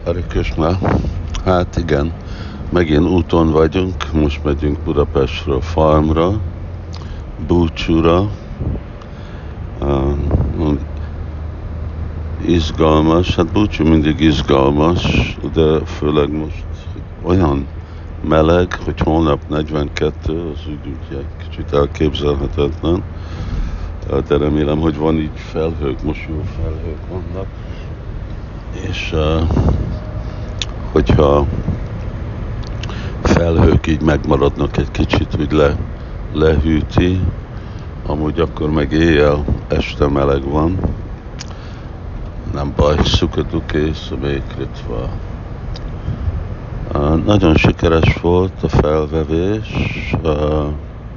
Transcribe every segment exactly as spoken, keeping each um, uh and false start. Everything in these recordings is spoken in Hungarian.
Hare Krishna. Hát igen, megint úton vagyunk, most megyünk Budapestről Farmra, búcsúra. Uh, izgalmas, hát búcsú mindig izgalmas, de főleg most olyan meleg, hogy holnap negyvenkettő, az úgy, úgy egy kicsit elképzelhetetlen, de remélem, hogy van így felhők, most jó felhők vannak, és uh, hogyha felhők így megmaradnak egy kicsit, úgy le, lehűti, amúgy akkor meg éjjel, este meleg van, nem baj, szukaduké, szabékritva. Uh, nagyon sikeres volt a felvevés, uh,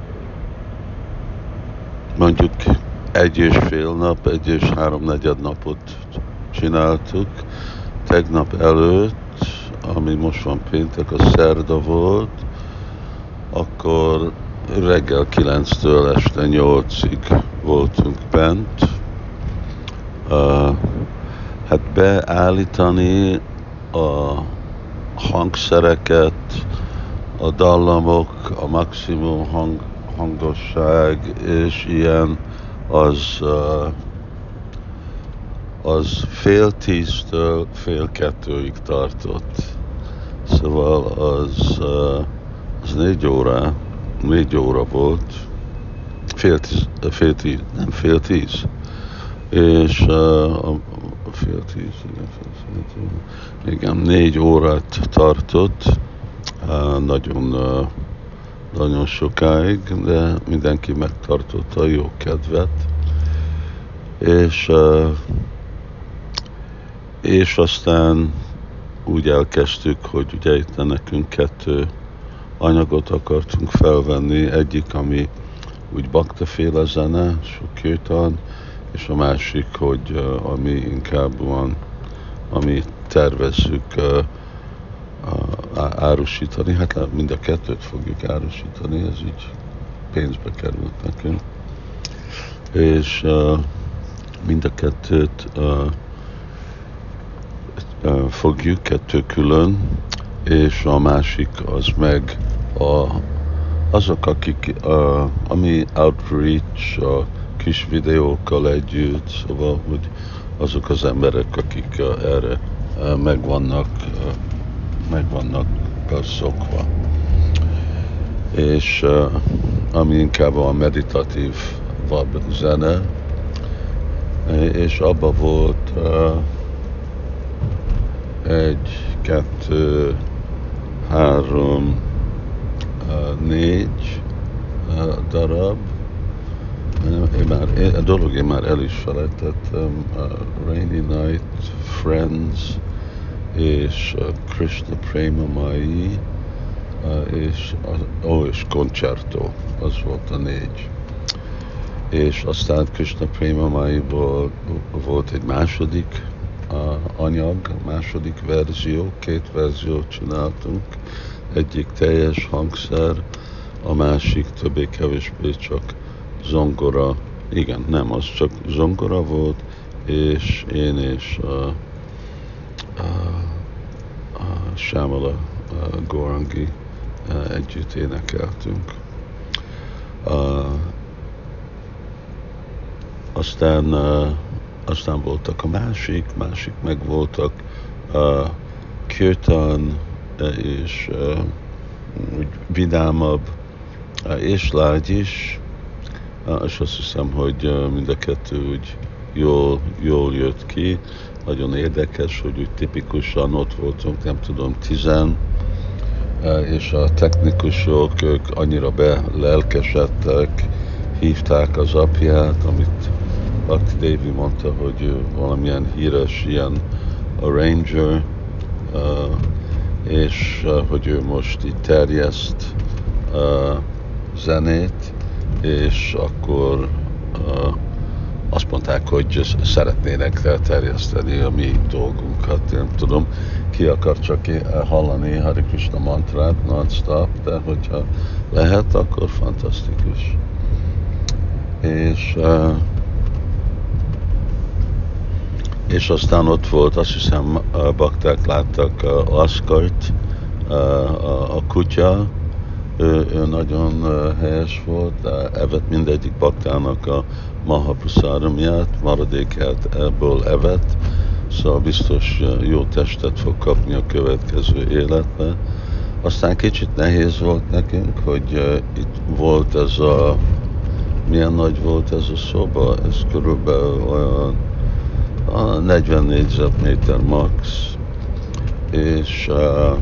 mondjuk egy és fél nap, egy és háromnegyed napot csináltuk. Tegnap előtt, ami most van péntek, a szerda volt, akkor reggel kilenctől este nyolcig voltunk bent. Uh, hát beállítani a hangszereket, a dallamok, a maximum hang, hangosság és ilyen, az, uh, az fél tíztől fél kettőig tartott. Szóval az, uh, az négy óra, négy óra volt, fél tíz, fél tíz, nem fél tíz. És uh, a fél tíz, igen, fél tíz, igen, négy órát tartott, uh, nagyon, uh, nagyon sokáig, de mindenki megtartotta a jó kedvet, és, uh, és aztán úgy elkezdtük, hogy ugye itt nekünk kettő anyagot akartunk felvenni, egyik, ami úgy baktaféle zene, sok kirtan, és a másik, hogy uh, ami inkább van, ami tervezzük uh, uh, árusítani, hát mind a kettőt fogjuk árusítani, ez így pénzbe került nekünk, és uh, mind a kettőt uh, uh, fogjuk, kettő külön, és a másik az meg a, azok, akik, uh, ami outreach, a kis videókkal együtt, szóval, hogy azok az emberek, akik uh, erre uh, megvannak, uh, megvannak uh, szokva. És uh, ami inkább a meditatív zene, és abba volt uh, egy, kettő, három, uh, négy uh, darab. Én már, a dolog én már el is felejtettem, uh, Rainy Night, Friends, és uh, Krishna Prema Mai, uh, és, uh, ó, és Concerto, az volt a négy. És aztán Krishna Prema Maiból volt egy második uh, anyag, második verzió, két verziót csináltunk, egyik teljes hangszer, a másik többé-kevésbé csak zongora, igen, nem, az csak zongora volt, és én és a, a, a Shyamala a Gaurangi a, együtt énekeltünk. A, aztán, a, aztán voltak a másik, másik meg voltak a kirtan és a, úgy vidámabb és lágy is, és azt hiszem, hogy mind a kettő úgy jól, jól jött ki, nagyon érdekes, hogy úgy tipikusan ott voltunk, nem tudom, tizen, és a technikusok, ők annyira belelkesedtek, hívták az apját, amit Bhakti Devi mondta, hogy ő valamilyen híres ilyen arranger, és hogy ő most így terjeszt zenét, és akkor uh, azt mondták, hogy szeretnének terjeszteni a mi dolgunkat. Én tudom, ki akar csak hallani Hare Krishna mantrát non-stop, de hogyha lehet, akkor fantasztikus. És uh, és aztán ott volt, azt hiszem, a bakták láttak a Aszkart, a, a, a kutya, ő, ő nagyon helyes volt, evett mindegyik baktának a Mahaprasada miatt, maradékát ebből evett, szóval biztos jó testet fog kapni a következő életben. Aztán kicsit nehéz volt nekünk, hogy uh, itt volt ez a, milyen nagy volt ez a szoba, ez körülbelül olyan a negyven négyzetméter max, és uh,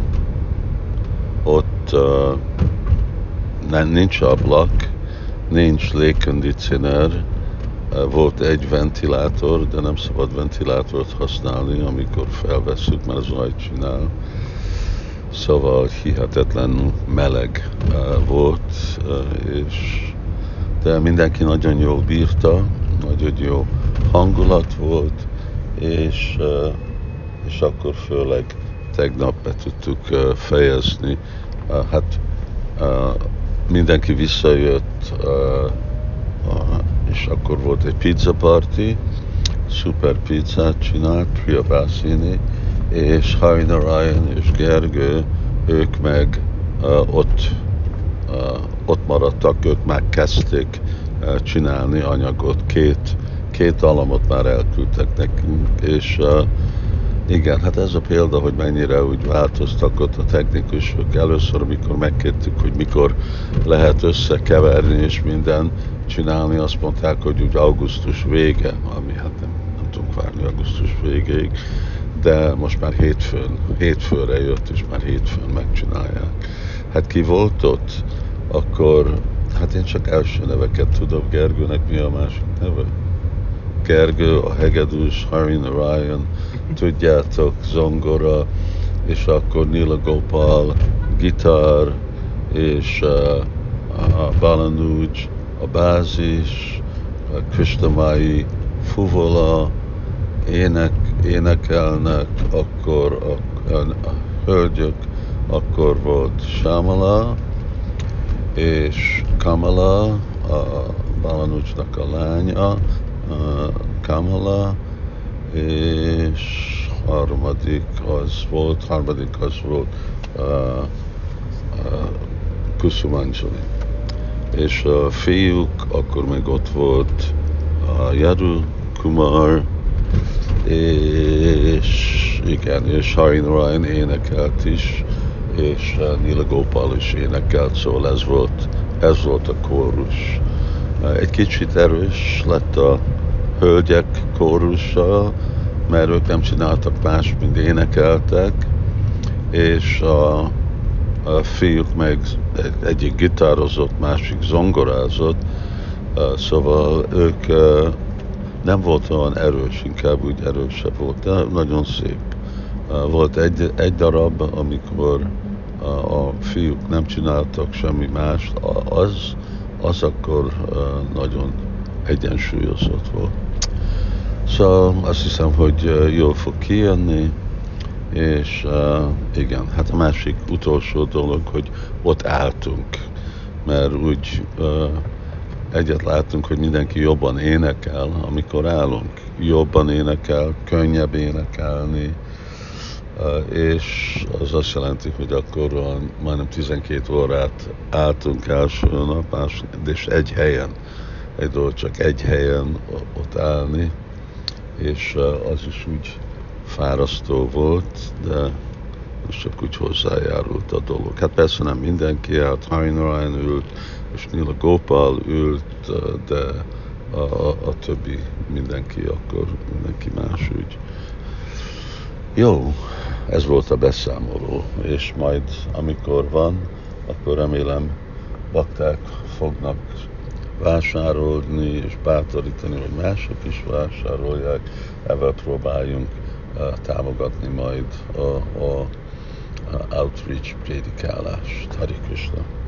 ott uh, nem, nincs ablak, nincs légkondicioner, uh, volt egy ventilátor, de nem szabad ventilátort használni, amikor felvesszük, mert zajt csinál. Szóval hihetetlenül meleg uh, volt, uh, és de mindenki nagyon jól bírta, nagyon jó hangulat volt, és, uh, és akkor főleg tegnap be tudtuk uh, fejezni. Uh, hát uh, mindenki visszajött, uh, uh, és akkor volt egy pizza party, szuper pizzát csinált Priya Vasini, és Hari Narayan és Gergő, ők meg uh, ott, uh, ott maradtak, ők már kezdték uh, csinálni anyagot, két, két alamot már elküldtek nekünk, és uh, igen, hát ez a példa, hogy mennyire úgy változtak ott a technikusok. Először, amikor megkértük, hogy mikor lehet összekeverni és minden csinálni, azt mondták, hogy úgy augusztus vége, ami hát nem, nem tudunk várni augusztus végéig, de most már hétfőn, hétfőre jött, és már hétfőn megcsinálják. Hát ki volt ott, akkor, hát én csak első neveket tudom, Gergőnek mi a másik neve? Gergő, a hegedűs, Hari Narayan, tudjátok, zongora, és akkor Nila Gopal, gitár, és uh, a Balanuj, a bázis, a Krishnamai, fuvola, ének, énekelnek, akkor a, a, a hölgyök, akkor volt Shamala, és Kamala, a Balanujnak a lánya, Uh, Kamala, és harmadik az volt, harmadik az volt uh, uh, Kusumanjali. És a fiúk, akkor még ott volt uh, Yadu Kumar, és igen, és Hari Narayan énekelt is, és uh, Nila Gopal is énekelt, szóval ez volt, ez volt a kórus. Egy kicsit erős lett a hölgyek kórusa, mert ők nem csináltak más, mint énekeltek, és a, a fiúk meg egyik gitározott, másik zongorázott, szóval ők nem volt olyan erős, inkább úgy erősebb volt, de nagyon szép. Volt egy, egy darab, amikor a, a fiúk nem csináltak semmi mást, az az akkor uh, nagyon egyensúlyozott volt. Szóval azt hiszem, hogy uh, jól fog kijönni, és uh, igen, hát a másik utolsó dolog, hogy ott álltunk, mert úgy uh, egyet láttunk, hogy mindenki jobban énekel, amikor állunk. Jobban énekel, könnyebb énekelni, Uh, és az azt jelenti, hogy akkor uh, majdnem tizenkét órát álltunk első nap, más, és egy helyen, egy dolog csak egy helyen ott állni, és uh, az is úgy fárasztó volt, de most csak úgy hozzájárult a dolog. Hát persze nem mindenki állt, Hari Narayan ült, és Nila Gopal ült, uh, de a, a, a többi mindenki akkor, mindenki más úgy. Jó, ez volt a beszámoló, és majd amikor van, akkor remélem bakták fognak vásárolni és bátorítani, hogy mások is vásárolják, ebben próbáljunk uh, támogatni majd a, a, a outreach prédikálást. Hari Krishna.